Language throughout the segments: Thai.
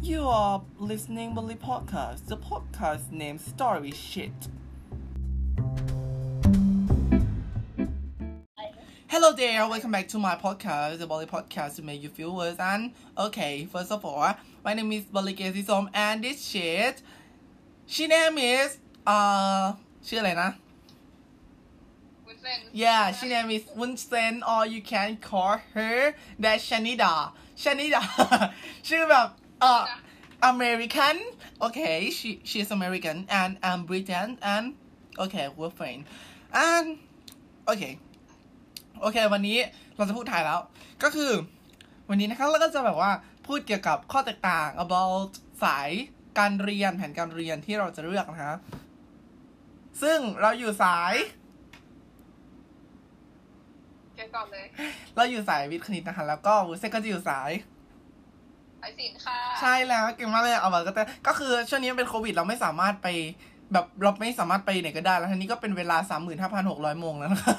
You are listening Bully Podcast, the podcast named Story Shit. Hello there, welcome back to my podcast, the Bully Podcast to make you feel worse. And okay, first of all, my name is Bully Gazisom, and this shit, she name is ชื่ออะไรนะ Yeah, she name is Wunsen, or you can call her that Shanida ชื่อแบบAmerican. Okay, she's American and I'm Britain and okay, we're friends. And okay, วันนี้เราจะพูดไทยแล้วก็คือวันนี้นะคะเราก็จะแบบว่าพูดเกี่ยวกับข้อแตกต่าง about สายการเรียนแผนการเรียนที่เราจะเลือกนะคะซึ่งเราอยู่สายเก็บก่อนเลยเราอยู่สายวิทย์คณิตนะคะแล้วก็วุ้นเส้นก็จะอยู่สายศิลป์ค่ะใช่แล้วเก่งมากเลยเอามาก็คือช่วงนี้เป็นโควิดเราไม่สามารถไปแบบเราไม่สามารถไปไหนก็ได้แล้วทีนี้ก็เป็นเวลา 35,600 โมงแล้วนะคะ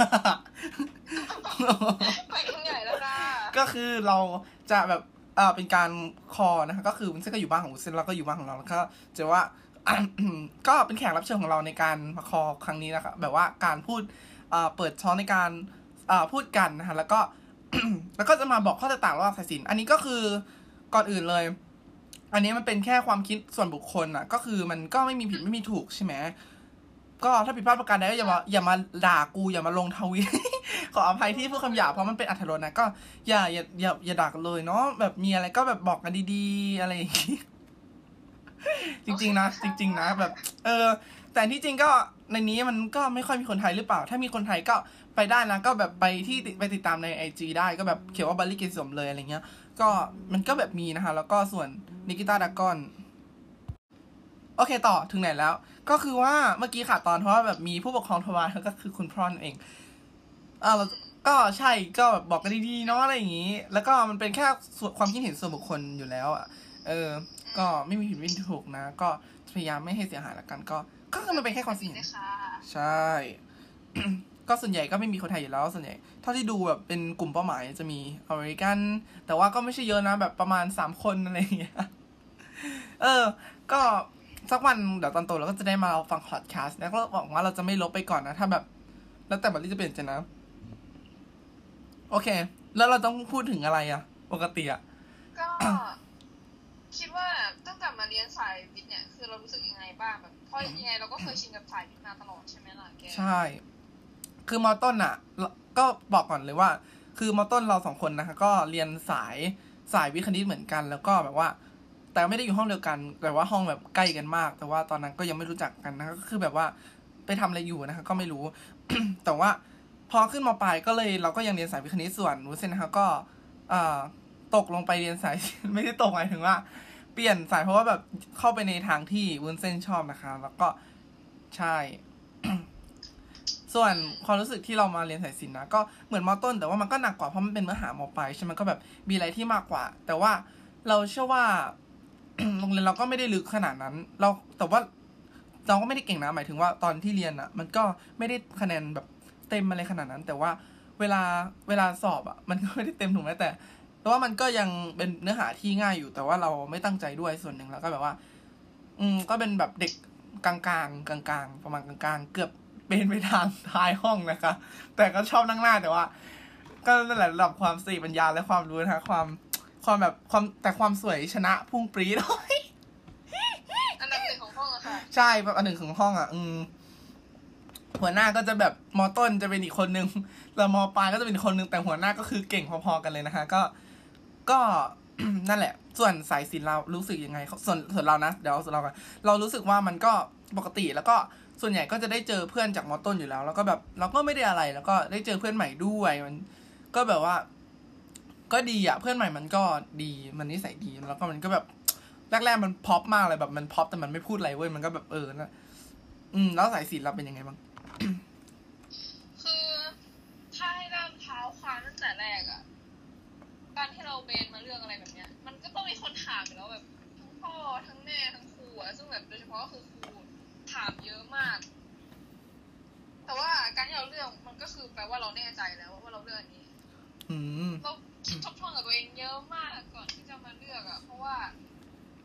ไปกันใหญ่แล้วค่ะก็คือเราจะแบบเป็นการคอนะคะก็คือวุ้นเส้นก็อยู่บ้านของวุ้นเส้นเราก็อยู่บ้านของเราแล้วก็เจอว่า ก็เป็นแขกรับเชิญของเราในการมาคอครั้งนี้นะคะแบบว่าการพูดเปิดช้อนในการพูดกันนะคะแล้วก็ แล้วก็จะมาบอกข้อแตกต่างระหว่างสายศิลป์อันนี้ก็คือก่อนอื่นเลยอันนี้มันเป็นแค่ความคิดส่วนบุคคลก็คือมันก็ไม่มีผิดไม่มีถูกใช่ไหมก็ถ้าผิดพลาดประการใดก็อย่ามาด่ากูอย่ามาลงทวิต ขออภัยที่พูดคำหยาบเพราะมันเป็นอรรถรสนะก็อย่าด่ากันเลยเนาะแบบมีอะไรก็แบบบอกกันดีๆอะไรอย่างงี้ จริงๆนะจริงๆนะแบบแต่ที่จริงก็ในนี้มันก็ไม่ค่อยมีคนไทยหรือเปล่าถ้ามีคนไทยก็ไปได้นะก็แบบไปติดตามใน IG ได้ก็แบบเขียนว่าบัลลี่เกสมเลยอะไรเงี้ยก็มันก็แบบมีนะคะแล้วก็ส่วนนิกิต้าดากอนโอเคต่อถึงไหนแล้วก็คือว่าเมื่อกี้ขาดตอนเพราะว่าแบบมีผู้ปกครองโทรมาก็คือคุณพรอนเองก็ใช่ก็แบบบอกกันดีๆเนาะอะไรอย่างงี้แล้วก็มันเป็นแค่ความคิดเห็นส่วนบุคคลอยู่แล้วก็ไม่มีผิดไม่มีถูกนะก็พยายามไม่ให้เสียหายละกันก็คือมันเป็นแค่ความคิดเห็นใช่ ก็ส่วนใหญ่ก็ไม่มีคนไทยอยู่แล้วส่วนใหญ่เท่าที่ดูแบบเป็นกลุ่มเป้าหมายจะมีอเมริกันแต่ว่าก็ไม่ใช่เยอะนะแบบประมาณ3 คนอะไรอย่างเงี้ยก็สักวันเดี๋ยวตอนโตเราก็จะได้มาฟังพอดแคสต์แล้วก็หวังว่าเราจะไม่ลบไปก่อนนะถ้าแบบแล้วแต่บัลลี่จะเปลี่ยนใจนะโอเคแล้วเราต้องพูดถึงอะไรปกติก็คิดว่าตั้งแต่มาเรียนสายวิทย์เนี่ยคือเรารู้สึกยังไงบ้างแบบเพราะยังไงเราก็เคยชินกับสายวิทย์มาตลอดใช่ไหมล่ะแกใช่คือม.ต้นก็บอกก่อนเลยว่าคือม.ต้นเรา2 คนนะคะก็เรียนสายวิทย์คณิตเหมือนกันแล้วก็แบบว่าแต่ไม่ได้อยู่ห้องเดียวกันแต่ว่าห้องแบบใกล้กันมากแต่ว่าตอนนั้นก็ยังไม่รู้จักกันนะก็คือแบบว่าไปทำอะไรอยู่นะคะก็ไม่รู้ แต่ว่าพอขึ้นมาปลายก็เลยเราก็ยังเรียนสายวิทย์คณิตส่วนวุ้นเส้นนะคะก็ตกลงไปเรียนสาย ไม่ได้ตกหมายถึงว่าเปลี่ยนสายเพราะว่าแบบเข้าไปในทางที่วุ้นเส้นชอบนะคะแล้วก็ใช่ ส่วนความรู้สึกที่เรามาเรียนสายศิลป์นะก็เหมือนม.ต้นแต่ว่ามันก็หนักกว่าเพราะมันเป็นเนื้อหาม.ปลายใช่ไหมก็แบบมีอะไรที่มากกว่าแต่ว่าเราเชื่อว่า โรงเรียนเราก็ไม่ได้ลึกขนาดนั้นแต่ว่าเราก็ไม่ได้เก่งนะหมายถึงว่าตอนที่เรียนมันก็ไม่ได้คะแนนแบบเต็มอะไรขนาดนั้นแต่ว่าเวลาสอบมันก็ไม่ได้เต็มถูกไหมแต่ว่ามันก็ยังเป็นเนื้อหาที่ง่ายอยู่แต่ว่าเราไม่ตั้งใจด้วยส่วนหนึ่งแล้วก็แบบว่าก็เป็นแบบเด็กกลางประมาณกลางเกือบเป็นไปทางท้ายห้องนะคะแต่ก็ชอบนั่งหน้าแต่ว่าก็นั่นแหละระดับความสติปัญญาและความรู้นะคะความแบบแต่ความสวยชนะพุ่งปรี๊ดอันดับ 1ของห้องค่ะใช่แบบอัน 1ของห้องหัวหน้าก็จะแบบม.ต้นจะเป็นอีกคนนึงแล้วม.ปลายก็จะเป็นอีกคนนึงแต่หัวหน้าก็คือเก่งพอๆกันเลยนะคะก็ นั่นแหละส่วนสายศิลป์เรารู้สึกยังไงส่วนเรานะเดี๋ยวส่วนเรากันเรารู้สึกว่ามันก็ปกติแล้วก็ส่วนใหญ่ก็จะได้เจอเพื่อนจากม.ต้นอยู่แล้วแล้วก็แบบเราก็ไม่ได้อะไรแล้วก็ได้เจอเพื่อนใหม่ด้วยมันก็แบบว่าก็ดีเพื่อนใหม่มันก็ดีมันนิสัยดีแล้วก็มันก็แบบแรกๆมันพ็อปมากเลยแบบมันพ็อปแต่มันไม่พูดอะไรเว้ยมันก็แบบนะแล้วสายศิลป์เราเป็นยังไงบ้างคือถ้าให้เริ่มเท้าความตั้งแต่แรกการที่เราเบนมาเรื่องอะไรแบบเนี้ยมันก็ต้องมีคนถามอยู่แล้วแบบทั้งพ่อทั้งแม่ทั้งครูซึ่งแบบโดยเฉพาะก็คือครูถามเยอะมากแต่ว่าการที่เราเลือกมันก็คือแปลว่าเราแน่ใจแล้วว่าเราเลือกอันนี้เราคิดทบทวนกับตัวเองเยอะมากก่อนที่จะมาเลือกเพราะว่า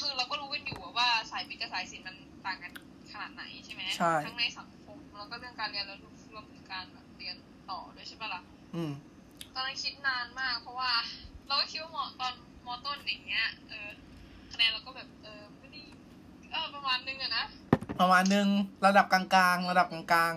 คือเราก็รู้กันอยู่ว่าสายวิทย์กับสายศิลป์มันต่างกันขนาดไหนใช่ไหมทั้งในสังคมแล้วก็เรื่องการเรียนแล้วรวมถึงการแบบเรียนต่อด้วยใช่ปะล่ะตอนนั้นคิดนานมากเพราะว่าเราก็คิดว่าตอนม.ต้นอย่างเงี้ยคะแนนเราก็แบบไม่ได้ประมาณนึงอะนะประมาณนึงระดับกลางๆระดับกลาง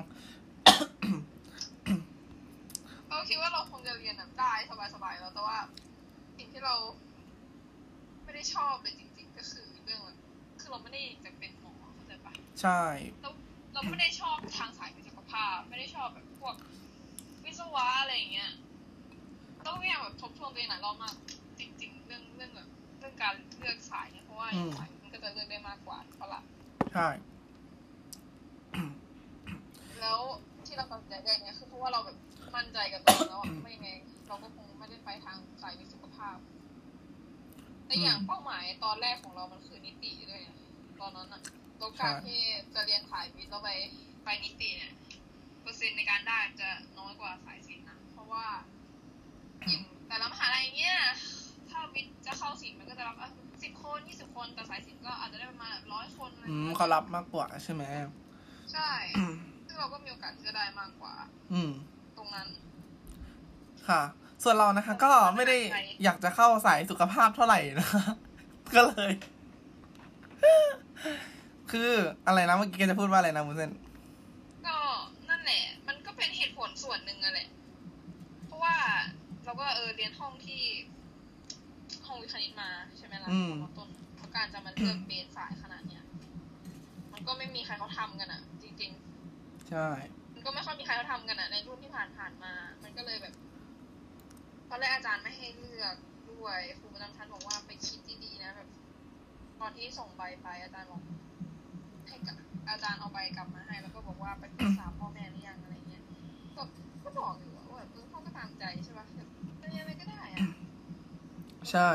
ๆเราคิดว่าเราคงจะเรียนแบบได้สบายๆแล้วแต่ว่าสิ่งที่เราไม่ได้ชอบเลยจริงๆก็คือเรื่องแบบคือเราไม่ได้จะเป็นหมอเข้าใจปะใช่เราไม่ได้ชอบทางสายวิศวภาพไม่ได้ชอบแบบพวกวิศวะอะไรอย่างเงี้ยต้องพยายามแบบทบทวนตัวเองหลายรอบมากจริงๆเรื่องแบบเรื่องการเลือกสายเนี่ยเพราะว่าสายมันก็จะเลือกได้มากกว่าเพราะละใช่แล้วที่เราตัดสินใจได้เนี่ยคือเพราะว่าเราแบบมั่นใจกับตัวเองแล้วไม่ไงเราก็คงไม่ได้ไปทางสายวิศวภาพแต่อย่างเป้าหมายตอนแรกของเรามันคือนิติด้วยตอนนั้นอะแล้วการที่จะเรียนสายวิทย์แล้วไปนิติเนี่ยเปอร์เซ็นต์ในการได้จะน้อยกว่าสายศิลป์นะเพราะว่าอย่างแต่ละมหาลัยเงี้ยถ้าวิทย์จะเข้าศิลป์มันก็จะรับ10 คน20 คนแต่สายศิลป์ก็อาจจะได้ประมาณ100 คนอะไรเขารับมากกว่าใช่ไหมใช่ซึ่งเราก็มีโอกาสที่จะได้มากกว่าตรงนั้นค่ะส่วนเรานะคะก็ไม่ได้อยากจะเข้าสายสุขภาพเท่าไหร่นะคะก็เลยคืออะไรนะเมื่อกี้แกจะพูดว่าอะไรนะมุ้นเส้นก็นั่นแหละมันก็เป็นเหตุผลส่วนหนึ่งอะแหละเพราะว่าเราก็เรียนห้องที่ห้องวิทย์คณิตมาใช่ไหมล่ะต้นเพราะการจะมาเลือกเบสสายขนาดเนี้ยมันก็ไม่มีใครเขาทำกันอะจริงๆใช่มันก็ไม่ค่อยมีใครเขาทำกันอะในรุ่นที่ผ่านมามันก็เลยแบบตอนแรกอาจารย์ไม่ให้เลือกด้วยครูประจำชั้นบอกว่าไปคิดดีๆนะแบบตอนที่ส่งใบไปอาจารย์บอกให้อาจารย์เอาใบกลับมาให้แล้วก็บอกว่าไปปรึกษาพ่อแม่หรือยังอะไรเงี้ยก็บอกอยู่ว่าแบบพ่อก็ตามใจใช่ป่ะจะเรียนอะไรก็ได้อะใช่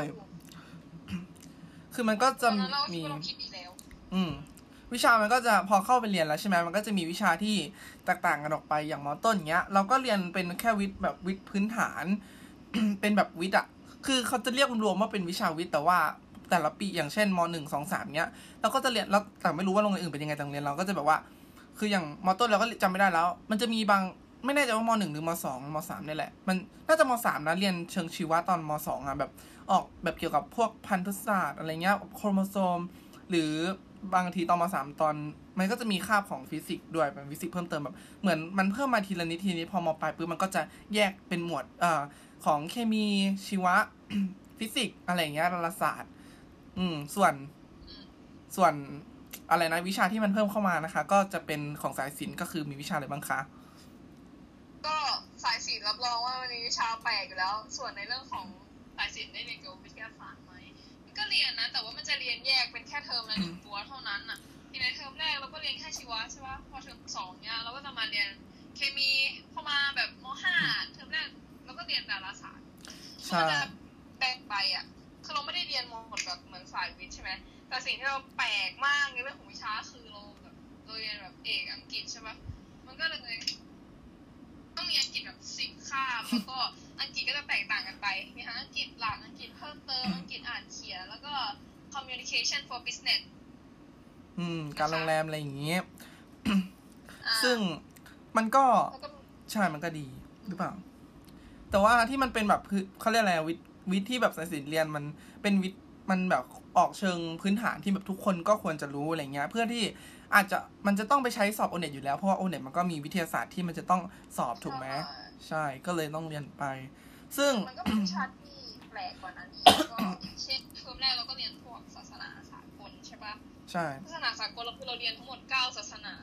คือมันก็จะมีวิชามันก็จะพอเข้าไปเรียนแล้วใช่ไหมมันก็จะมีวิชาที่แตกต่างกันออกไปอย่างม.ต้นเงี้ยเราก็เรียนเป็นแค่วิทย์แบบวิทย์พื้นฐาน เป็นแบบวิทย์อ่ะคือเขาจะเรียกรวมว่าเป็นวิชาวิทย์แต่ว่าแต่ละปีอย่างเช่นม.1 2 3เงี้ยเราก็จะเรียนแล้วแต่ไม่รู้ว่าโรงเรียนอื่นเป็นยังไงแต่โรงเรียนเราก็จะแบบว่าคืออย่างม.ต้นเราก็จำไม่ได้แล้วมันจะมีบางไม่แน่ใจว่าม.1 หรือม.2 ม.3นี่แหละมันน่าจะม.3นะเรียนเชิงชีวะตอนม.2อ่ะแบบออกแบบเกี่ยวกับพวกพันธุศาสตร์อะไรเงี้ยโครโมโซมหรือบางทีตอนม.3ตอนมันก็จะมีคาบของฟิสิกส์ด้วยเป็นฟิสิกส์เพิ่มเติมแบบเหมือนมันเพิ่มมาทีละนิดพอม.ปลายปุ๊บมันก็จะแยกเป็นหมวดของเคมีชีวะ ฟิสิกส์อะไรเงี้ยดาราศาสตร์ส่วนอะไรนะวิชาที่มันเพิ่มเข้ามานะคะก็จะเป็นของสายศิลป์ก็คือมีวิชาอะไรบ้างคะก็สายศิลป์รับรองว่ามันมีวิชาแปลกอยู่แล้วส่วนในเรื่องของสายศิลป์ได้เรียนเกี่ยวกับวิทยาศาสตร์ไหมก็เรียนนะแต่ว่ามันจะเรียนแยกเป็นแค่เทอมละ1 ตัวเท่านั้นน่ะที่ในเทอมแรกเราก็เรียนแค่ชีวะใช่ป่ะพอเทอม2เนี่ยเราก็จะมาเรียนเคมีพอมาแบบม.5 เทอมแรกเราก็เรียนดาราศาสตร์มันจะแปลกไปอ่ะคือเราไม่ได้เรียนหมดแบบเหมือนสายวิทย์ใช่ไหมแต่สิ่งที่เราแปลกมากในเรื่องของวิชาคือเราเรียนแบบเอกอังกฤษใช่ป่ะมันก็เลยต้องมีอังกฤษแบบ10 คาบแล้วก็อังกฤษก็จะแตกต่างกันไปมีทั้งอังกฤษหลักอังกฤษเพิ่มเติมอังกฤษอ่านเขียนแล้วก็ communication for business การโรงแรมอะไรอย่างเงี้ยซึ่งมันก็ใช่มันก็ดีหรือเปล่าแต่ว่าที่มันเป็นแบบเขาเรียกอะไรวิทย์ที่แบบสายศิลป์เรียนมันเป็นวิทย์มันแบบออกเชิงพื้นฐานที่แบบทุกคนก็ควรจะรู้อะไรเงี้ยเพื่อที่อาจจะมันจะต้องไปใช้สอบโอเน็ตอยู่แล้วเพราะว่าโอเน็ตมันก็มีวิทยาศาสตร์ที่มันจะต้องสอบถูกไหมใช่ก็เลยต้องเรียนไปซึ่งมันก็เป็นวิชาที่แปลกกว่านั้นอีกก็เช่นเทอมแรกเราก็เรียนพวกศาสนาสากลใช่ปะใช่ศาสนาสากลเราเรียนทั้งหมด9 ศาสนา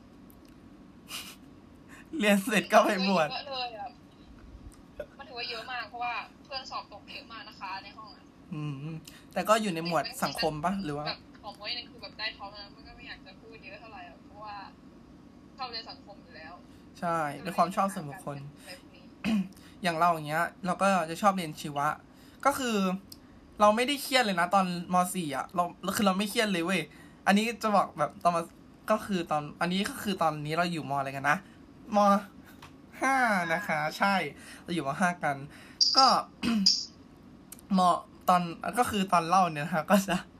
เรียนเสร็จก็ไปบวชเลยอ่ะมันถือว่าเยอะมากเพราะว่าเพื่อนสอบตกเยอะมากนะคะในห้องอ่ะแต่ก็อยู่ในหมวดสังคมปะหรือว่าของมวยนึงคือแบบได้ท็อปนะมันก็ไม่อยากจะพูดเยอะเท่าไหร่เพราะว่าชอบเรียนสังคมอยู่แล้วใช่ด้วยความชอบส่วนบุคคลอย่างเราอย่างเงี้ยเราก็จะชอบเรียนชีวะก็คือเราไม่ได้เครียดเลยนะตอนม.4 อ่ะเราไม่เครียดเลยเว้ยอันนี้จะบอกแบบตอนก็คือตอนอันนี้ก็คือตอนนี้เราอยู่ม.อะไรกันนะม.5 นะคะใช่เราอยู่ม.5 กันก็ม.ตอนก็คือตอนเล่าเนี่ยนะคะก็จะ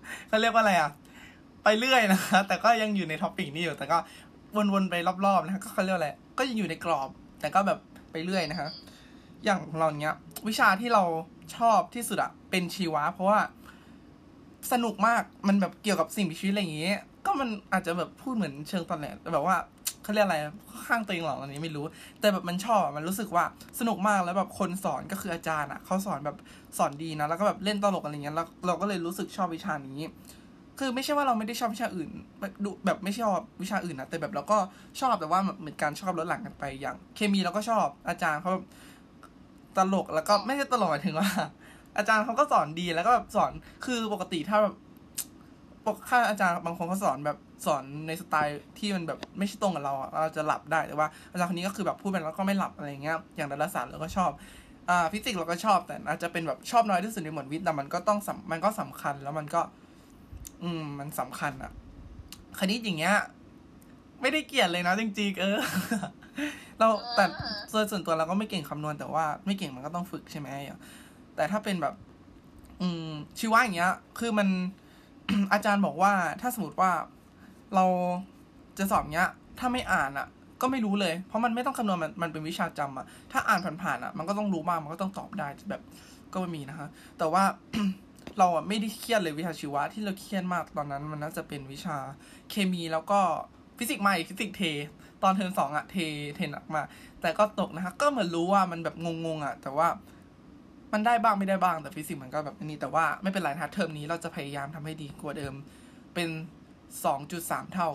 เขาเรียกว่าอะไรอ่ะไปเรื่อยนะคะแต่ก็ยังอยู่ในท็อปปิกนี้อยู่แต่ก็วนๆไปรอบๆนะคะก็เขาเรียกอะไรก็ยังอยู่ในกรอบแต่ก็แบบไปเรื่อยนะคะอย่างเราเนี้ยวิชาที่เราชอบที่สุดอะเป็นชีวะเพราะว่าสนุกมากมันแบบเกี่ยวกับสิ่งมีชีวิตอะไรอย่างเงี้ยก็มันอาจจะแบบพูดเหมือนเชิงตอนแหลแต่แบบว่าเขาเรียกอะไรข้างตัวเองหรออันนี้ไม่รู้แต่แบบมันชอบมันรู้สึกว่าสนุกมากแล้วแบบคนสอนก็คืออาจารย์อะเขาสอนแบบสอนดีนะแล้วก็แบบเล่นตลกอะไรเงี้ยแล้วเราก็เลยรู้สึกชอบวิชานี้คือไม่ใช่ว่าเราไม่ได้ชอบวิชาอื่นดูแบบไม่ชอบวิชาอื่นนะแต่แบบเราก็ชอบแต่ว่าเหมือนการชอบลดหลั่งกันไปอย่างเคมีเราก็ชอบอาจารย์เขาตลกแล้วก็ไม่ใช่ตลกหมายถึงว่าอาจารย์เขาก็สอนดีแล้วก็แบบสอนคือปกติถ้าแบบค่าอาจารย์บางคนเขาสอนแบบสอนในสไตล์ที่มันแบบไม่ใช่ตรงกับเราเราจะหลับได้แต่ว่าอาจารย์คนนี้ก็คือแบบพูดไปแล้วก็ไม่หลับอะไรเงี้ยอย่างดาราศาสตร์เราก็ชอบฟิสิกส์เราก็ชอบแต่อาจจะเป็นแบบชอบน้อยที่สุดในหมวดวิทย์แต่มันก็ต้องมันก็สำคัญแล้วมันก็มันสำคัญอะคณิตอย่างเงี้ยไม่ได้เกลียดเลยนะจริงๆเราแต่ส่วนตัวเราก็ไม่เก่งคำนวณแต่ว่าไม่เก่งมันก็ต้องฝึกใช่ไหมแต่ถ้าเป็นแบบชีวะอย่างเงี้ยคือมัน อาจารย์บอกว่าถ้าสมมติว่าเราจะสอบเงี้ยถ้าไม่อ่านอ่ะก็ไม่รู้เลยเพราะมันไม่ต้องคำนวณมันเป็นวิชาจำอ่ะถ้าอ่านผ่านๆอ่ะมันก็ต้องรู้บ้างมันก็ต้องตอบได้แบบก็ไม่มีนะคะแต่ว่า เราอ่ะไม่ได้เครียดเลยวิชาชีวะที่เราเครียดมากตอนนั้นมันน่าจะเป็นวิชาเคมีแล้วก็ฟิสิกส์ใหม่ฟิสิกส์เทตอนเทอม2อ่ะเทหนักมาแต่ก็ตกนะคะก็เหมือนรู้ว่ามันแบบงงๆอ่ะแต่ว่ามันได้บ้างไม่ได้บ้างแต่ฟิสิกส์มันก็แบบนี้แต่ว่าไม่เป็นไรนะเทอมนี้เราจะพยายามทำให้ดีกว่าเดิมเป็น 2.3 เท่า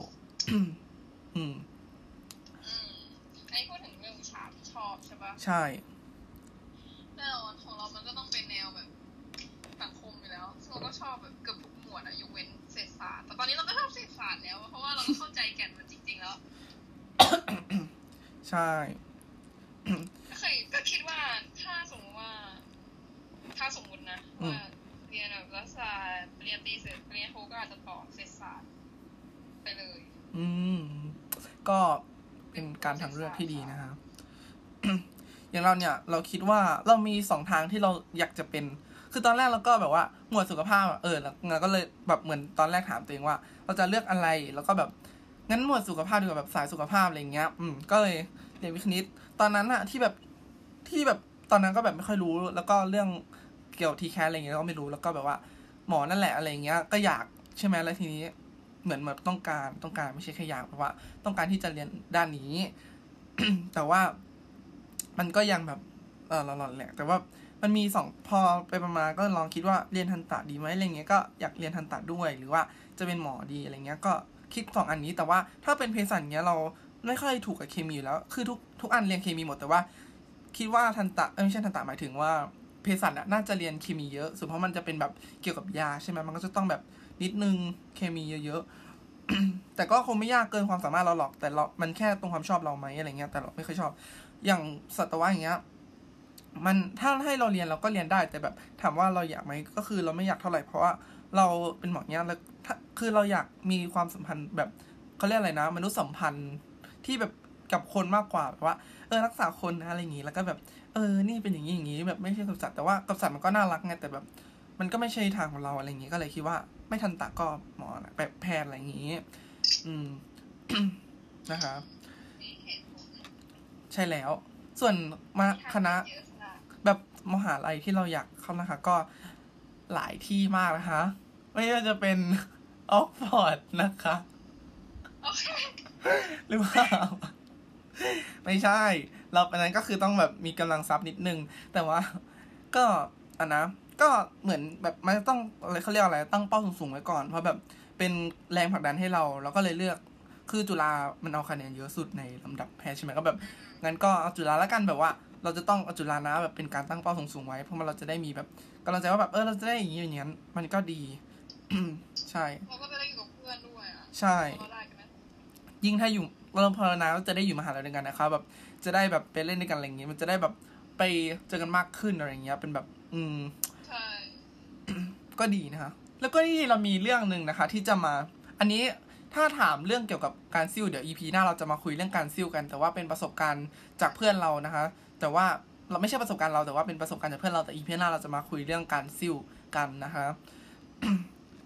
ไอ้พูดถึงเรื่องวิชาที่ชอบใช่ปะใช่แน่นอนของเรามันก็ต้องเป็นแนวแบบสังคมอยู่แล้วซึ่งเราก็ชอบแบบเกือบทุกหมวดอะยกเว้นเศรษฐศาสตร์แต่ตอนนี้เราก็ชอบเศรษฐศาสตร์แล้วเพราะว่าเราก็เข้าใจแก่นมันจริงๆแล้วใช่ก็คิดว่าถ้าสมมตินะว่าเรียนแบบรัฐศาสตร์เรียนตีเสร็จเรียนโทก็อาจจะต่อเศรษฐศาสตร์ไปเลยก็เป็นการทางเลือกที่ดีนะครับ อย่างเราเนี่ยเราคิดว่าเรามี2 ทางที่เราอยากจะเป็นคือตอนแรกเราก็แบบว่าหมวดสุขภาพเราก็เลยแบบเหมือนตอนแรกถามตัวเองว่าเราจะเลือกอะไรแล้วก็แบบงั้นหมวดสุขภาพดีกว่าแบบสายสุขภาพอะไรเงี้ยก็เลยเรียนวิทย์คณิตตอนนั้นอะที่แบบตอนนั้นก็แบบไม่ค่อยรู้แล้วก็เรื่องเกี่ยวทีแคสอะไรเงี้ยก็ไม่รู้แล้วก็แบบว่าหมอนั่นแหละอะไรเงี้ยก็อยากใช่ไหมแล้วทีนี้เหมือนแบบต้องการไม่ใช่แค่อยากเพราะว่าต้องการที่จะเรียนด้านนี้ แต่ว่ามันก็ยังแบบหลอนๆแหละแต่ว่ามันมีพอไปประมาณก็ลองคิดว่าเรียนทันตะดีไหมอะไรเงี้ยก็อยากเรียนทันตะด้วยหรือว่าจะเป็นหมอดีอะไรเงี้ยก็คิด2 อันนี้แต่ว่าถ้าเป็นเภสัชเงี้ยเราไม่ค่อยถูกกับเคมีอยู่แล้วคือทุกอันเรียนเคมีหมดแต่ว่าคิดว่าทันตะไม่ใช่ทันตะหมายถึงว่าเภสัชน่าจะเรียนเคมีเยอะสุดเพราะมันจะเป็นแบบเกี่ยวกับยาใช่ไหมมันก็จะต้องแบบนิดนึงเคมีเยอะๆ แต่ก็คงไม่ยากเกินความสามารถเราหรอกแต่มันแค่ตรงความชอบเราไหมอะไรเงี้ยแต่เราไม่ค่อยชอบอย่างสัตวะอย่างเงี้ยมันถ้าให้เราเรียนเราก็เรียนได้แต่แบบถามว่าเราอยากไหมก็คือเราไม่อยากเท่าไหร่เพราะว่าเราเป็นหมอเนี้ยแล้วคือเราอยากมีความสัมพันธ์แบบเขาเรียกอะไรนะมนุษยสัมพันธ์ที่แบบกับคนมากกว่าแบบว่ารักษาคนนะอะไรอย่างงี้แล้วก็แบบนี่เป็นอย่างนี้แบบไม่ใช่กับสัตว์แต่ว่ากับสัตว์มันก็น่ารักไงแต่แบบมันก็ไม่ใช่ทางของเราอะไรอย่างงี้ก็เลยคิดว่าไม่ทันตะก็หมอนะแพทย์อะไรอย่างงี้นะครับใช่แล้วส่วนมาคณะแบบมหาลัยที่เราอยากเข้านะคะก็หลายที่มากนะคะไม่ว่าจะเป็นออกฟอร์ดนะคะหรือว่าไม่ใช่เราอันนั้นก็คือต้องแบบมีกำลังทรัพย์นิดนึงแต่ว่าก็นะก็เหมือนแบบมันต้องอะไรเขาเรียกอะไรตั้งเป้าสูงๆไว้ก่อนเพราะแบบเป็นแรงผลักดันให้เราก็เลยเลือกคือจุฬามันเอาคะแนนเยอะสุดในลำดับแพทย์ใช่ไหมก็แบบงั้นก็เอาจุฬาแล้วกันแบบว่าเราจะต้องเอาจุฬานะแบบเป็นการตั้งเป้าสูงๆไว้เพราะมันเราจะได้มีแบบกำลังใจว่าแบบเราจะได้อย่างนี้อย่างนี้มันก็ดี ใช่เราก็จะได้อยู่กับเพื่อนด้วยใช่ยิ่งถ้าอยู่เราภาวนาก็จะได้อยู่มหาลัยด้วยกันนะครับแบบจะได้แบบไปเล่นด้วยกันอะไรอย่างเงี้ยมันจะได้แบบไปเจอกันมากขึ้นอะไรอย่างเงี้ยเป็นแบบใช่ก็ดีนะคะแล้วก็นี่เรามีเรื่องนึงนะคะที่จะมาอันนี้ถ้าถามเรื่องเกี่ยวกับการซิ่วเดี๋ยว EP หน้าเราจะมาคุยเรื่องการซิ่วกันแต่ว่าเป็นประสบการณ์จากเพื่อนเรานะคะแต่ว่าเราไม่ใช่ประสบการณ์เราแต่ว่าเป็นประสบการณ์จากเพื่อนเราแต่ EP หน้าเราจะมาคุยเรื่องการซิ่วกันนะคะ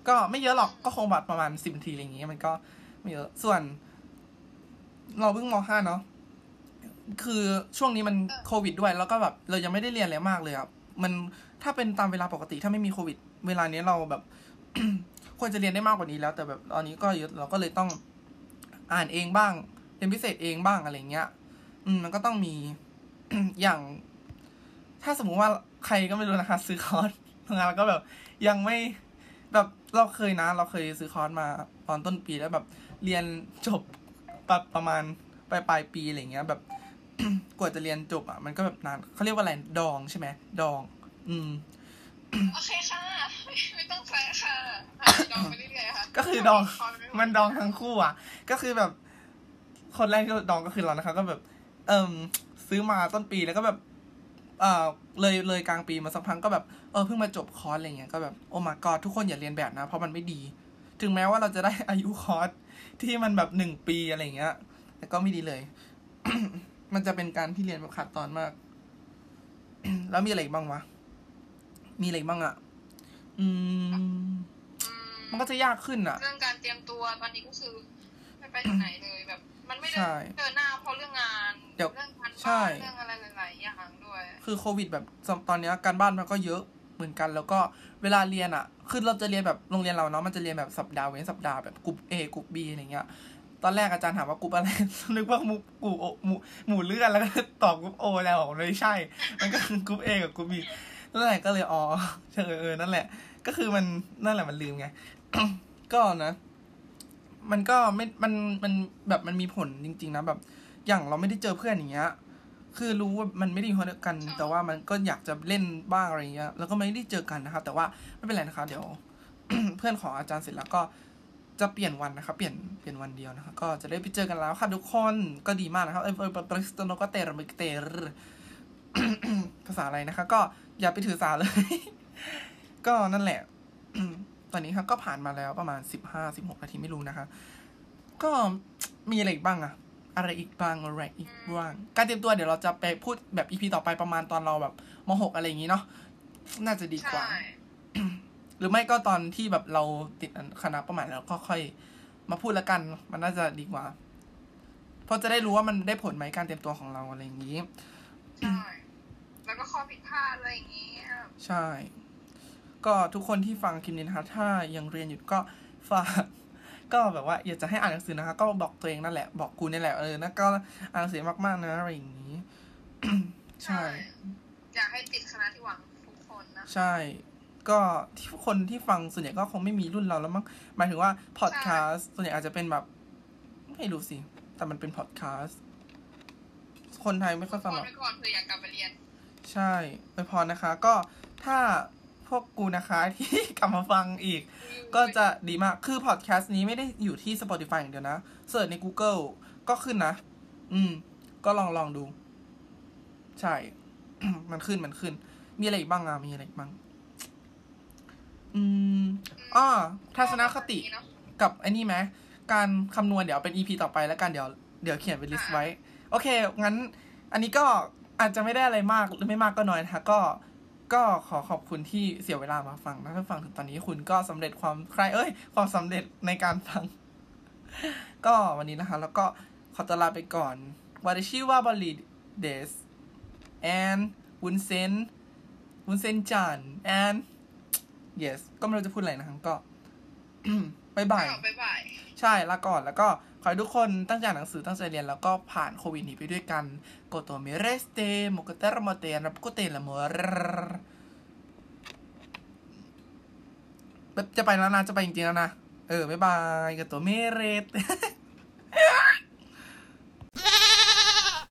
ก็ไม่เยอะหรอกก็คงแบบประมาณ10 นาทีอะไรอย่างเงี้ยมันก็ไม่เยอะส่วนเราเพิ่งม.5 เนาะคือช่วงนี้มันโควิดด้วยแล้วก็แบบเรายังไม่ได้เรียนอะไรมากเลยอ่ะมันถ้าเป็นตามเวลาปกติถ้าไม่มีโควิดเวลานี้เราแบบ ควรจะเรียนได้มากกว่านี้แล้วแต่แบบตอนนี้ก็เยอะเราก็เลยต้องอ่านเองบ้างเรียนพิเศษเองบ้างอะไรเงี้ยมันก็ต้องมี อย่างถ้าสมมุติว่าใครก็ไม่รู้นะคะซื้อคอร์สทำงานแล้วก็แบบยังไม่แบบเราเคยซื้อคอร์สมาตอนต้นปีแล้วแบบเรียนจบประมาณปลายปีอะไรเงี้ยแบบ กว่าจะเรียนจบอ่ะมันก็แบบนานเขาเรียกว่าอะไรดองใช่ไหมดองโอเคค่ะไม่ต้องแซะค่ะดองไปเรื่อยๆค่ะก็คือดองมันดองทั้งคู่อ่ะก็คือแบบคนแรกที่ดองก็คือเรานะคะก็แบบซื้อมาต้นปีแล้วก็แบบเลยกลางปีมาสักพักก็แบบเพิ่งมาจบคอร์สอะไรเงี้ยก็แบบโอ้ my god ทุกคนอย่าเรียนแบบนะเพราะมันไม่ดีถึงแม้ว่าเราจะได้อายุคอร์สที่มันแบบ1 ปีอะไรเงี้ยแต่ก็ไม่ดีเลย มันจะเป็นการที่เรียนแบบขาดตอนมาก แล้วมีอะไรบ้างวะมีอะไรบ้างอ่ะมันก็จะยากขึ้นอ่ะเรื่องการเตรียมตัวตอนนี้ก็คือไม่ไปที่ไหนเลยแบบมันไม่ได้เจอหน้าเพราะเรื่องงานเรื่องการบ้านเรื่องอะไรหลายๆอย่างด้วยคือโควิดแบบตอนนี้การบ้านมันก็เยอะเหมือนกันแล้วก็เวลาเรียนอ่ะคือเราจะเรียนแบบโรงเรียนเราเนาะมันจะเรียนแบบสัปดาห์เว้นสัปดาห์แบบกลุ่ม A กลุ่ม B อะไรเงี้ยตอนแรกอาจารย์ถามว่ากลุ่มอะไร นึกว่าหมู่เลื่อนแล้วก็ตอบกลุ่ม O แล้วไม่ใช่มันก็คือกลุ่ม A กับกลุ่ม B นั่นแหละก็เลยนั่นแหละก็คือมันนั่นแหละมันลืมไง ก็นะมันก็ไม่มันแบบมันมีผลจริงๆนะแบบอย่างเราไม่ได้เจอเพื่อนอย่างเงี้ยคือรู้ว่ามันไม่ได้อยู่กัน แต่ว่ามันก็อยากจะเล่นบ้างอะไรเงี้ยแล้วก็ไม่ได้เจอกันนะคะแต่ว่าไม่เป็นไรนะคะเดี๋ยว เพื่อนของอาจารย์เสร็จแล้วก็จะเปลี่ยนวันนะคะเปลี่ยนวันเดียวนะคะก็จะได้ไปเจอกันแล้วค่ะทุกคนก็ดีมากนะครับปริสโตโนก็เตระมิเตรภาษาอะไรนะคะก็อย่าไปถือสาเลย ก็นั่นแหละ ตอนนี้ครับก็ผ่านมาแล้วประมาณ15-16 นาทีไม่รู้นะคะก็มีอะไรอีกบ้างอะอะไรอีกบ้างการเตรียมตัวเดี๋ยวเราจะไปพูดแบบ EP ต่อไปประมาณตอนเราแบบม.6 อะไรอย่างงี้เนาะน่าจะดีกว่า หรือไม่ก็ตอนที่แบบเราติดคณะประมาณแล้วก็ค่อยมาพูดแล้วกันมันน่าจะดีกว่าเพราะจะได้รู้ว่ามันได้ผลไหมการเตรียมตัวของเราอะไรอย่างงี้ใช่แล้วก็ข้อผิดพลาดอะไรอย่างงี้ใช่ก็ทุกคนที่ฟังคลิปนี้นะคะถ้ายังเรียนอยู่ก็ฝากก็แบบว่าอยากจะให้อ่านหนังสือนะคะก็บอกตัวเองนั่นแหละบอกกูนี่แหละนะก็อ่านหนังสือมากๆนะอะไรอย่างนี้ ใช่อยากให้ติดคณะที่หวังทุกคนนะใช่ก็ทุกคนที่ฟังส่วนใหญ่ก็คงไม่มีรุ่นเราแล้วมั้งหมายถึงว่าพอดแคสต์ส่วนใหญ่อาจจะเป็นแบบไม่รู้สิแต่มันเป็นพอดแคสต์คนไทยไม่ค่อยฟังหรอกก่อนคืออยากกลับไปเรียนใช่ไปพอนะคะก็ถ้าพวกกูนะคะที่กลับมาฟังอีกก็จะดีมากคือพอดแคสต์นี้ไม่ได้อยู่ที่ Spotify อย่างเดียวนะเสิร์ชใน Google ก็ขึ้นนะก็ลองดูใช่ มันขึ้นมีอะไรอีกบ้างมีอะไรอีกบ้างทัศนคติกับไอ้นี่ไหมการคำนวณเดี๋ยวเป็น EP ต่อไปแล้วกันเดี๋ยวเขียนเป็นลิสต์ไว้โอเคงั้นอันนี้ก็อาจจะไม่ได้อะไรมากหรือไม่มากก็น้อยนะคะก็ขอขอบคุณที่เสียเวลามาฟังนะถ้าฟังถึงตอนนี้คุณก็สำเร็จความสำเร็จในการฟัง ก็วันนี้นะคะแล้วก็ขอตัวลาไปก่อนวาริชิวาบาลีเดส and วุ้นเซนจัน and yes ก็ไม่รู้จะพูดอะไรนะครับก็ บ๊ายบายใช่ลาก่อนแล้วก็ขอให้ทุกคนตั้งใจหนังสือตั้งใจเรียนแล้วก็ผ่านโควิดนี้ไปด้วยกันโกโตเมเรสเตโมกเตรโมเตนับโกเตละโมจะไปแล้วนะจะไปจริงๆแล้วนะบ๊ายบายโกโตเมเรส